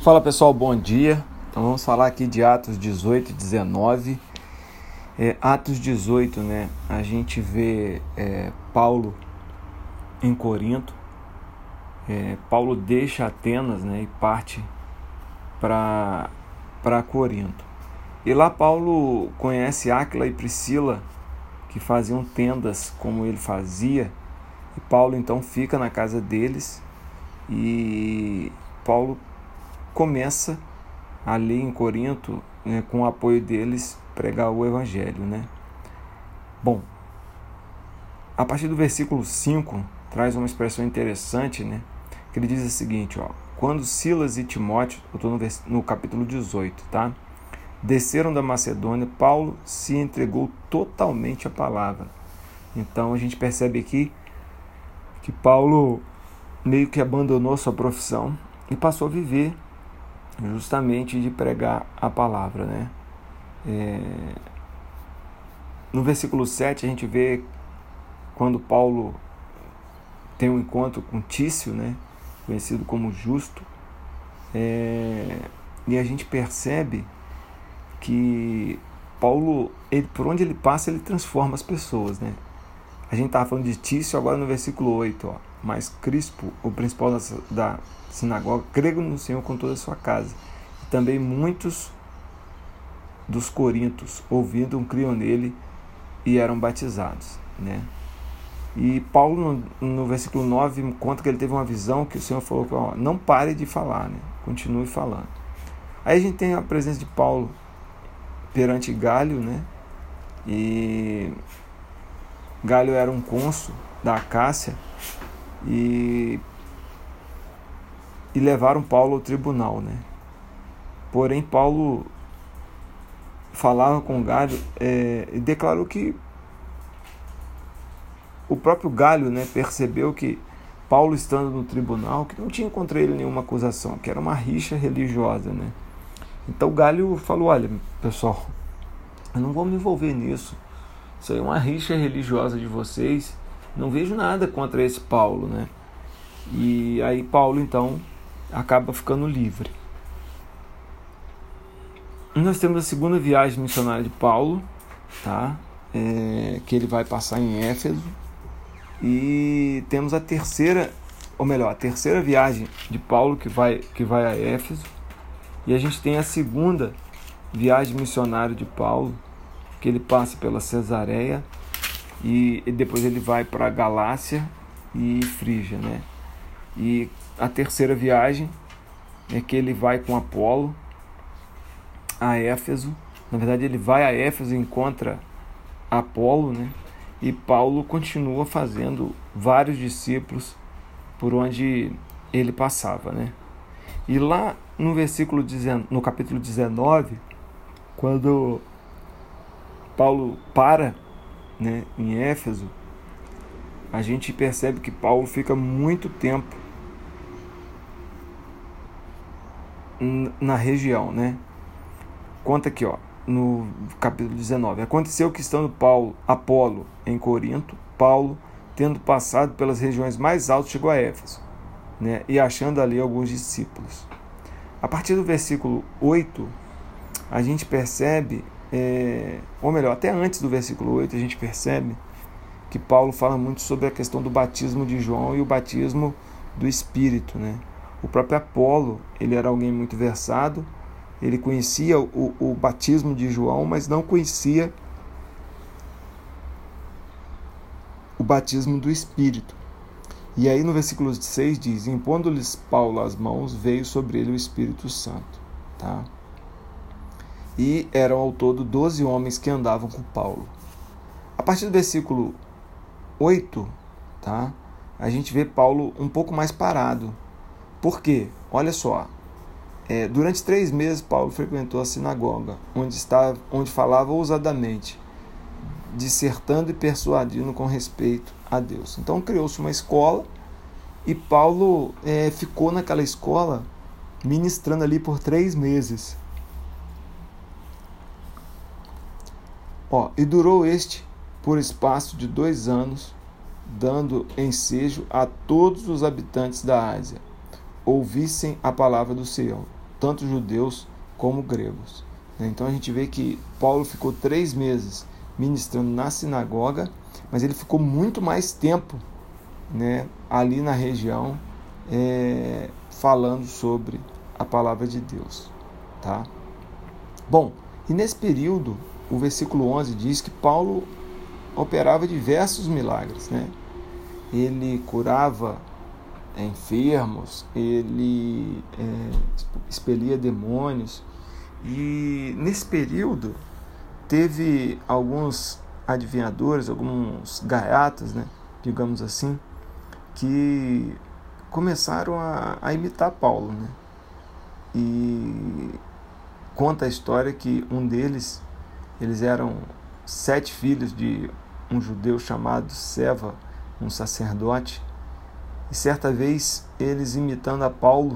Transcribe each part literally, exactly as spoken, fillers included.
Fala pessoal, bom dia. Então vamos falar aqui de Atos dezoito e dezenove. É, Atos dezoito, né? A gente vê é, Paulo em Corinto. É, Paulo deixa Atenas, né, e parte para para Corinto. E lá Paulo conhece Áquila e Priscila, que faziam tendas como ele fazia. E Paulo então fica na casa deles e Paulo começa ali em Corinto, né, com o apoio deles, pregar o evangelho, né? Bom, a partir do versículo cinco traz uma expressão interessante, né? Que ele diz o seguinte, ó: quando Silas e Timóteo, eu estou no, vers- no capítulo dezoito, tá? Desceram da Macedônia, Paulo se entregou totalmente à palavra. Então a gente percebe aqui que Paulo meio que abandonou sua profissão e passou a viver justamente de pregar a palavra, né? É... No versículo sete a gente vê quando Paulo tem um encontro com Tício, né? Conhecido como Justo, é... e a gente percebe que Paulo, ele, por onde ele passa, ele transforma as pessoas, né? A gente estava falando de Tício agora no versículo oito, ó. Mas Crispo, o principal da, da sinagoga, creu no Senhor com toda a sua casa. E também muitos dos corintos, ouvindo, criam nele e eram batizados, né? E Paulo, no, no versículo nove, conta que ele teve uma visão que o Senhor falou que, ó, não pare de falar, né? Continue falando. Aí a gente tem a presença de Paulo perante Gálio, né? E Gálio era um cônsul da Acácia e, e levaram Paulo ao tribunal, né? Porém, Paulo falava com Gálio é, e declarou que o próprio Gálio, né, percebeu que Paulo, estando no tribunal, que não tinha contra ele nenhuma acusação, que era uma rixa religiosa, né? Então Gálio falou: olha, pessoal, eu não vou me envolver nisso. Isso aí é uma rixa religiosa de vocês. Não vejo nada contra esse Paulo, né? E aí Paulo, então, acaba ficando livre. Nós temos a segunda viagem missionária de Paulo, tá? É, que ele vai passar em Éfeso. E temos a terceira, ou melhor, a terceira viagem de Paulo que vai, que vai a Éfeso. E a gente tem a segunda viagem missionária de Paulo, que ele passa pela Cesareia e, e depois ele vai para Galácia e Frígia, né? E a terceira viagem é que ele vai com Apolo a Éfeso. Na verdade, ele vai a Éfeso e encontra Apolo, né? E Paulo continua fazendo vários discípulos por onde ele passava, né? E lá no versículo dezenove, no capítulo dezenove, quando Paulo para, né, em Éfeso, a gente percebe que Paulo fica muito tempo na região, né? Conta aqui, ó, no capítulo dezenove. Aconteceu que, estando Paulo, Apolo em Corinto, Paulo, tendo passado pelas regiões mais altas, chegou a Éfeso, né, e achando ali alguns discípulos. A partir do versículo oito, a gente percebe, é, ou melhor, até antes do versículo oito, a gente percebe que Paulo fala muito sobre a questão do batismo de João e o batismo do Espírito, né? O próprio Apolo, ele era alguém muito versado, ele conhecia o, o batismo de João, mas não conhecia o batismo do Espírito. E aí no versículo seis diz: impondo-lhes Paulo as mãos, veio sobre ele o Espírito Santo, tá? E eram ao todo doze homens que andavam com Paulo. A partir do versículo oito, tá? A gente vê Paulo um pouco mais parado. Por quê? Olha só. É, durante três meses Paulo frequentou a sinagoga, onde, estava, onde falava ousadamente, dissertando e persuadindo com respeito a Deus. Então criou-se uma escola e Paulo é, ficou naquela escola ministrando ali por três meses. Ó, e durou este por espaço de dois anos, dando ensejo a todos os habitantes da Ásia, ouvissem a palavra do Senhor. tanto judeus como gregos. Então a gente vê que Paulo ficou três meses ministrando na sinagoga, mas ele ficou muito mais tempo, né, ali na região, é, falando sobre a palavra de Deus. Tá? Bom, e nesse período, o versículo onze diz que Paulo operava diversos milagres, né? Ele curava enfermos, ele é, expelia demônios, e nesse período teve alguns adivinhadores, alguns gaiatas, né, digamos assim, que começaram a, a imitar Paulo, né? E conta a história que um deles, eles eram sete filhos de um judeu chamado Seva, um sacerdote, e certa vez eles imitando a Paulo,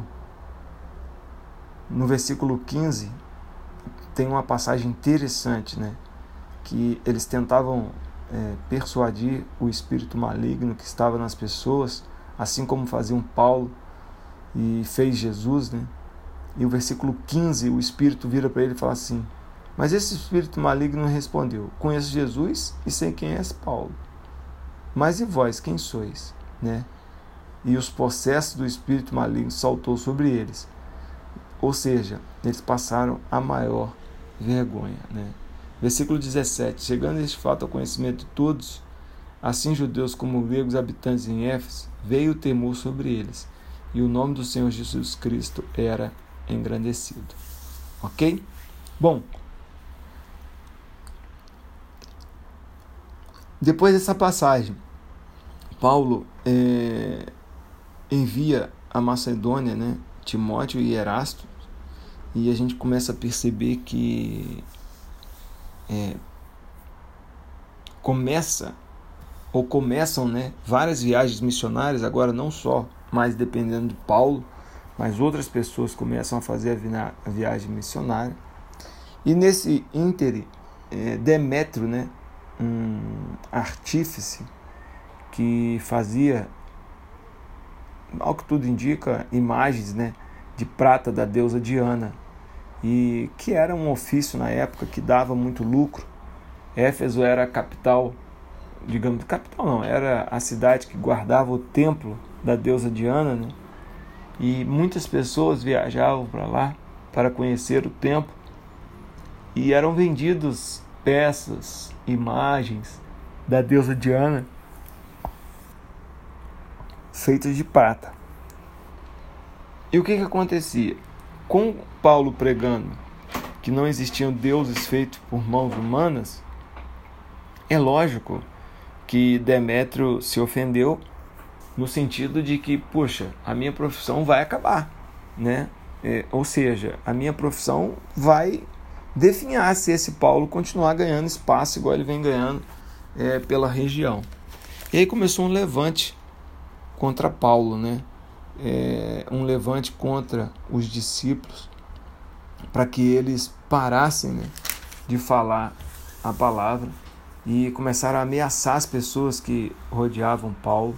no versículo quinze, tem uma passagem interessante, né? Que eles tentavam é, persuadir o espírito maligno que estava nas pessoas, assim como faziam Paulo e fez Jesus, né? E o versículo quinze, o espírito vira para ele e fala assim: mas esse espírito maligno respondeu: conheço Jesus e sei quem és Paulo, mas e vós, quem sois? Né? E os possessos do espírito maligno saltou sobre eles. Ou seja, eles passaram a maior vergonha. Né? Versículo dezessete. Chegando este fato ao conhecimento de todos, assim judeus como gregos habitantes em Éfeso, veio o temor sobre eles, e o nome do Senhor Jesus Cristo era engrandecido. Ok? Bom, depois dessa passagem, Paulo é, envia a Macedônia, né, Timóteo e Erasto, e a gente começa a perceber que é, começa ou começam, né, várias viagens missionárias, agora não só mais dependendo de Paulo, mas outras pessoas começam a fazer a, vi- a viagem missionária. E nesse íntere, é, Demétrio, né, um artífice que fazia, ao que tudo indica, imagens, né, de prata da deusa Diana, e que era um ofício na época que dava muito lucro. Éfeso era a capital, digamos, capital não, era a cidade que guardava o templo da deusa Diana, né? E muitas pessoas viajavam para lá para conhecer o templo, e eram vendidos peças, imagens da deusa Diana feitas de prata. E o que que acontecia? Com Paulo pregando que não existiam deuses feitos por mãos humanas, é lógico que Demétrio se ofendeu, no sentido de que, poxa, a minha profissão vai acabar, né? É, ou seja, a minha profissão vai definhar se esse Paulo continuar ganhando espaço igual ele vem ganhando é, pela região. E aí começou um levante contra Paulo, né? É, um levante contra os discípulos, para que eles parassem, né, de falar a palavra, e começaram a ameaçar as pessoas que rodeavam Paulo.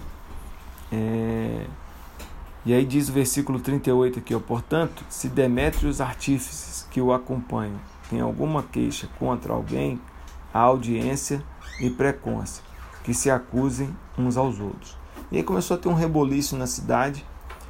É, e aí diz o versículo trinta e oito aqui, ó, portanto, se Demétrio e os artífices que o acompanham têm alguma queixa contra alguém, a audiência e precôncia, que se acusem uns aos outros. E aí começou a ter um reboliço na cidade,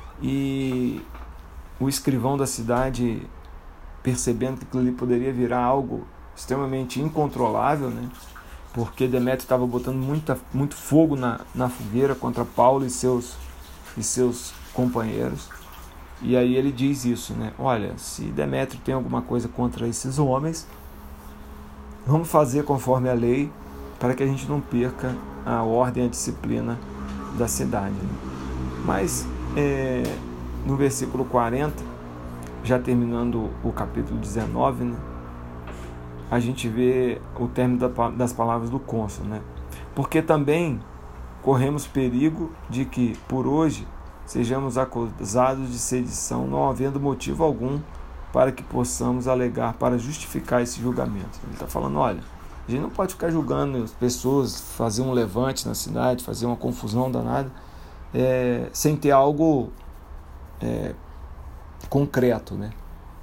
e o escrivão da cidade, percebendo que aquilo ali poderia virar algo extremamente incontrolável, né? Porque Demétrio estava botando muita, muito fogo na, na fogueira contra Paulo e seus, e seus companheiros. E aí ele diz isso, né? Olha, se Demétrio tem alguma coisa contra esses homens, vamos fazer conforme a lei, para que a gente não perca a ordem e a disciplina da cidade. Né? Mas é, no versículo quarenta, já terminando o capítulo dezenove, né, a gente vê o término das palavras do cônsul, né? Porque também corremos perigo de que, por hoje, sejamos acusados de sedição, não havendo motivo algum para que possamos alegar para justificar esse julgamento. Ele está falando, olha, a gente não pode ficar julgando as pessoas, fazer um levante na cidade, fazer uma confusão danada, é, sem ter algo é, concreto, né?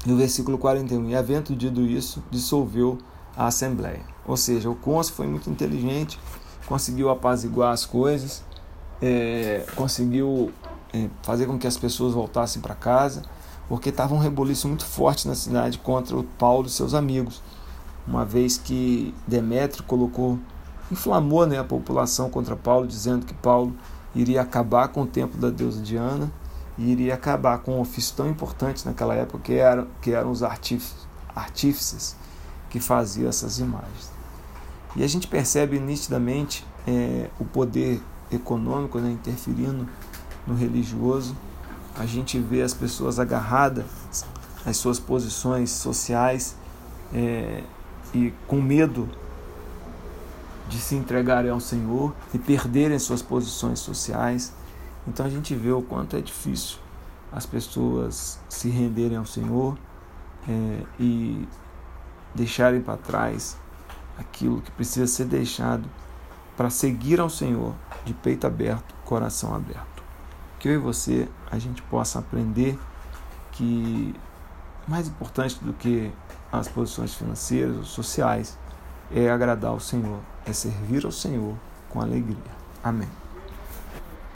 No versículo quarenta e um, e havendo dito isso, dissolveu a assembleia. Ou seja, o cônsul foi muito inteligente, conseguiu apaziguar as coisas, é, conseguiu é, fazer com que as pessoas voltassem para casa, porque estava um reboliço muito forte na cidade contra o Paulo e seus amigos, uma vez que Demétrio colocou, inflamou, né, a população contra Paulo, dizendo que Paulo iria acabar com o templo da deusa Diana e iria acabar com um ofício tão importante naquela época, que eram, que eram os artífices, artífices que faziam essas imagens. E a gente percebe nitidamente é, o poder econômico, né, interferindo no religioso. A gente vê as pessoas agarradas às suas posições sociais é, e com medo de se entregarem ao Senhor e perderem suas posições sociais. Então a gente vê o quanto é difícil as pessoas se renderem ao Senhor é, e deixarem para trás aquilo que precisa ser deixado para seguir ao Senhor de peito aberto, coração aberto. Que eu e você, a gente possa aprender que mais importante do que as posições financeiras ou sociais é agradar ao Senhor, é servir ao Senhor com alegria. Amém.